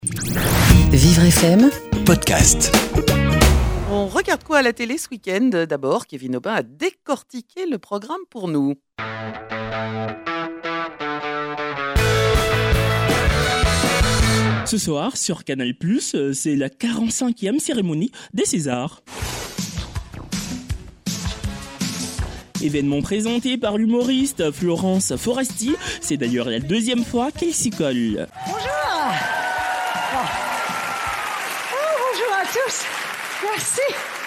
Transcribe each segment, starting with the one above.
Vivre FM Podcast. On regarde quoi à la télé ce week-end ? D'abord, Kevin Aubin a décortiqué le programme pour nous. Ce soir, sur Canal+, c'est la 45e cérémonie des Césars. Événement présenté par l'humoriste Florence Foresti. C'est d'ailleurs la deuxième fois qu'elle s'y colle. Bonjour. Bonjour à tous. Merci.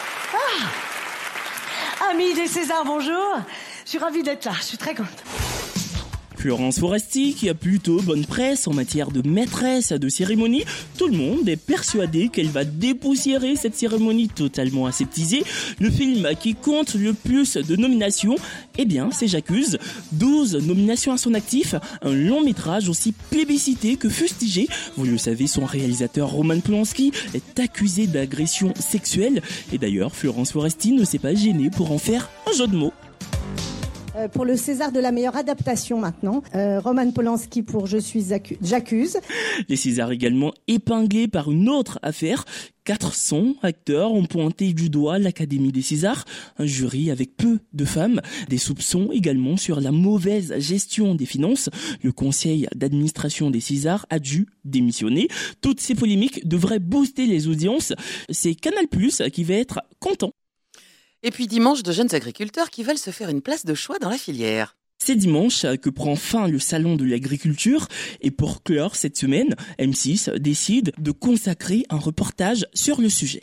Amis des Césars, bonjour. Je suis ravie d'être là, je suis très contente. Florence Foresti, qui a plutôt bonne presse en matière de maîtresse de cérémonie, tout le monde est persuadé qu'elle va dépoussiérer cette cérémonie totalement aseptisée. Le film qui compte le plus de nominations, eh bien, c'est J'accuse. 12 nominations à son actif, un long métrage aussi plébiscité que fustigé. Vous le savez, son réalisateur Roman Polanski est accusé d'agression sexuelle. Et d'ailleurs, Florence Foresti ne s'est pas gênée pour en faire un jeu de mots. Pour le César de la meilleure adaptation maintenant, Roman Polanski pour J'accuse. Les Césars également épinglés par une autre affaire. 400 acteurs ont pointé du doigt l'Académie des Césars, un jury avec peu de femmes, des soupçons également sur la mauvaise gestion des finances. Le conseil d'administration des Césars a dû démissionner. Toutes ces polémiques devraient booster les audiences. C'est Canal+ qui va être content. Et puis dimanche, de jeunes agriculteurs qui veulent se faire une place de choix dans la filière. C'est dimanche que prend fin le salon de l'agriculture et pour clore cette semaine, M6 décide de consacrer un reportage sur le sujet.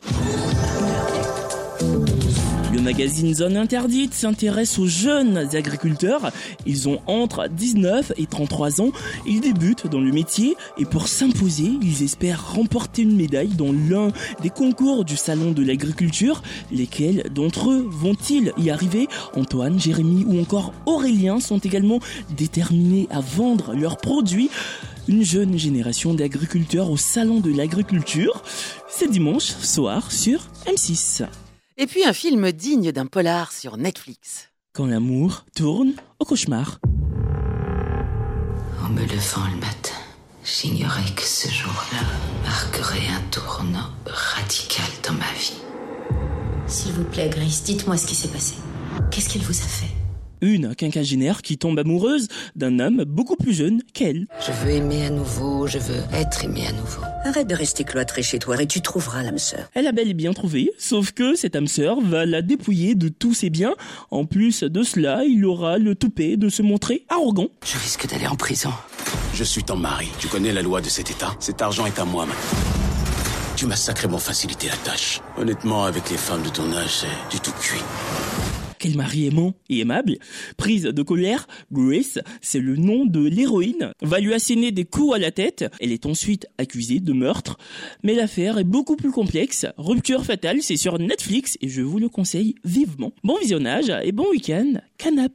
Le magazine Zone Interdite s'intéresse aux jeunes agriculteurs. Ils ont entre 19 et 33 ans. Ils débutent dans le métier et pour s'imposer, ils espèrent remporter une médaille dans l'un des concours du Salon de l'Agriculture. Lesquels d'entre eux vont-ils y arriver ? Antoine, Jérémy ou encore Aurélien sont également déterminés à vendre leurs produits. Une jeune génération d'agriculteurs au Salon de l'Agriculture. C'est dimanche soir sur M6. Et puis un film digne d'un polar sur Netflix. Quand l'amour tourne au cauchemar. En me levant le matin, j'ignorais que ce jour-là marquerait un tournant radical dans ma vie. S'il vous plaît, Grace, dites-moi ce qui s'est passé. Qu'est-ce qu'elle vous a fait ? Une quinquagénaire qui tombe amoureuse d'un homme beaucoup plus jeune qu'elle. Je veux aimer à nouveau, je veux être aimé à nouveau. Arrête de rester cloîtré chez toi et tu trouveras l'âme sœur. Elle a bel et bien trouvé, sauf que cette âme sœur va la dépouiller de tous ses biens. En plus de cela, il aura le toupet de se montrer arrogant. Je risque d'aller en prison. Je suis ton mari. Tu connais la loi de cet état. Cet argent est à moi maintenant. Tu m'as sacrément facilité la tâche. Honnêtement, avec les femmes de ton âge, c'est du tout cuit. Quel mari aimant et aimable. Prise de colère, Grace, c'est le nom de l'héroïne, va lui asséner des coups à la tête. Elle est ensuite accusée de meurtre. Mais l'affaire est beaucoup plus complexe. Rupture fatale, c'est sur Netflix et je vous le conseille vivement. Bon visionnage et bon week-end, Canap.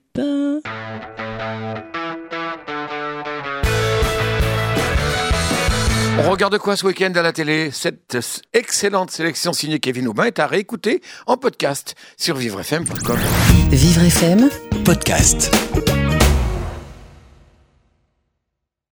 On regarde quoi ce week-end à la télé ? Cette excellente sélection signée Kevin Aubin est à réécouter en podcast sur vivrefm.com. Vivre FM Podcast.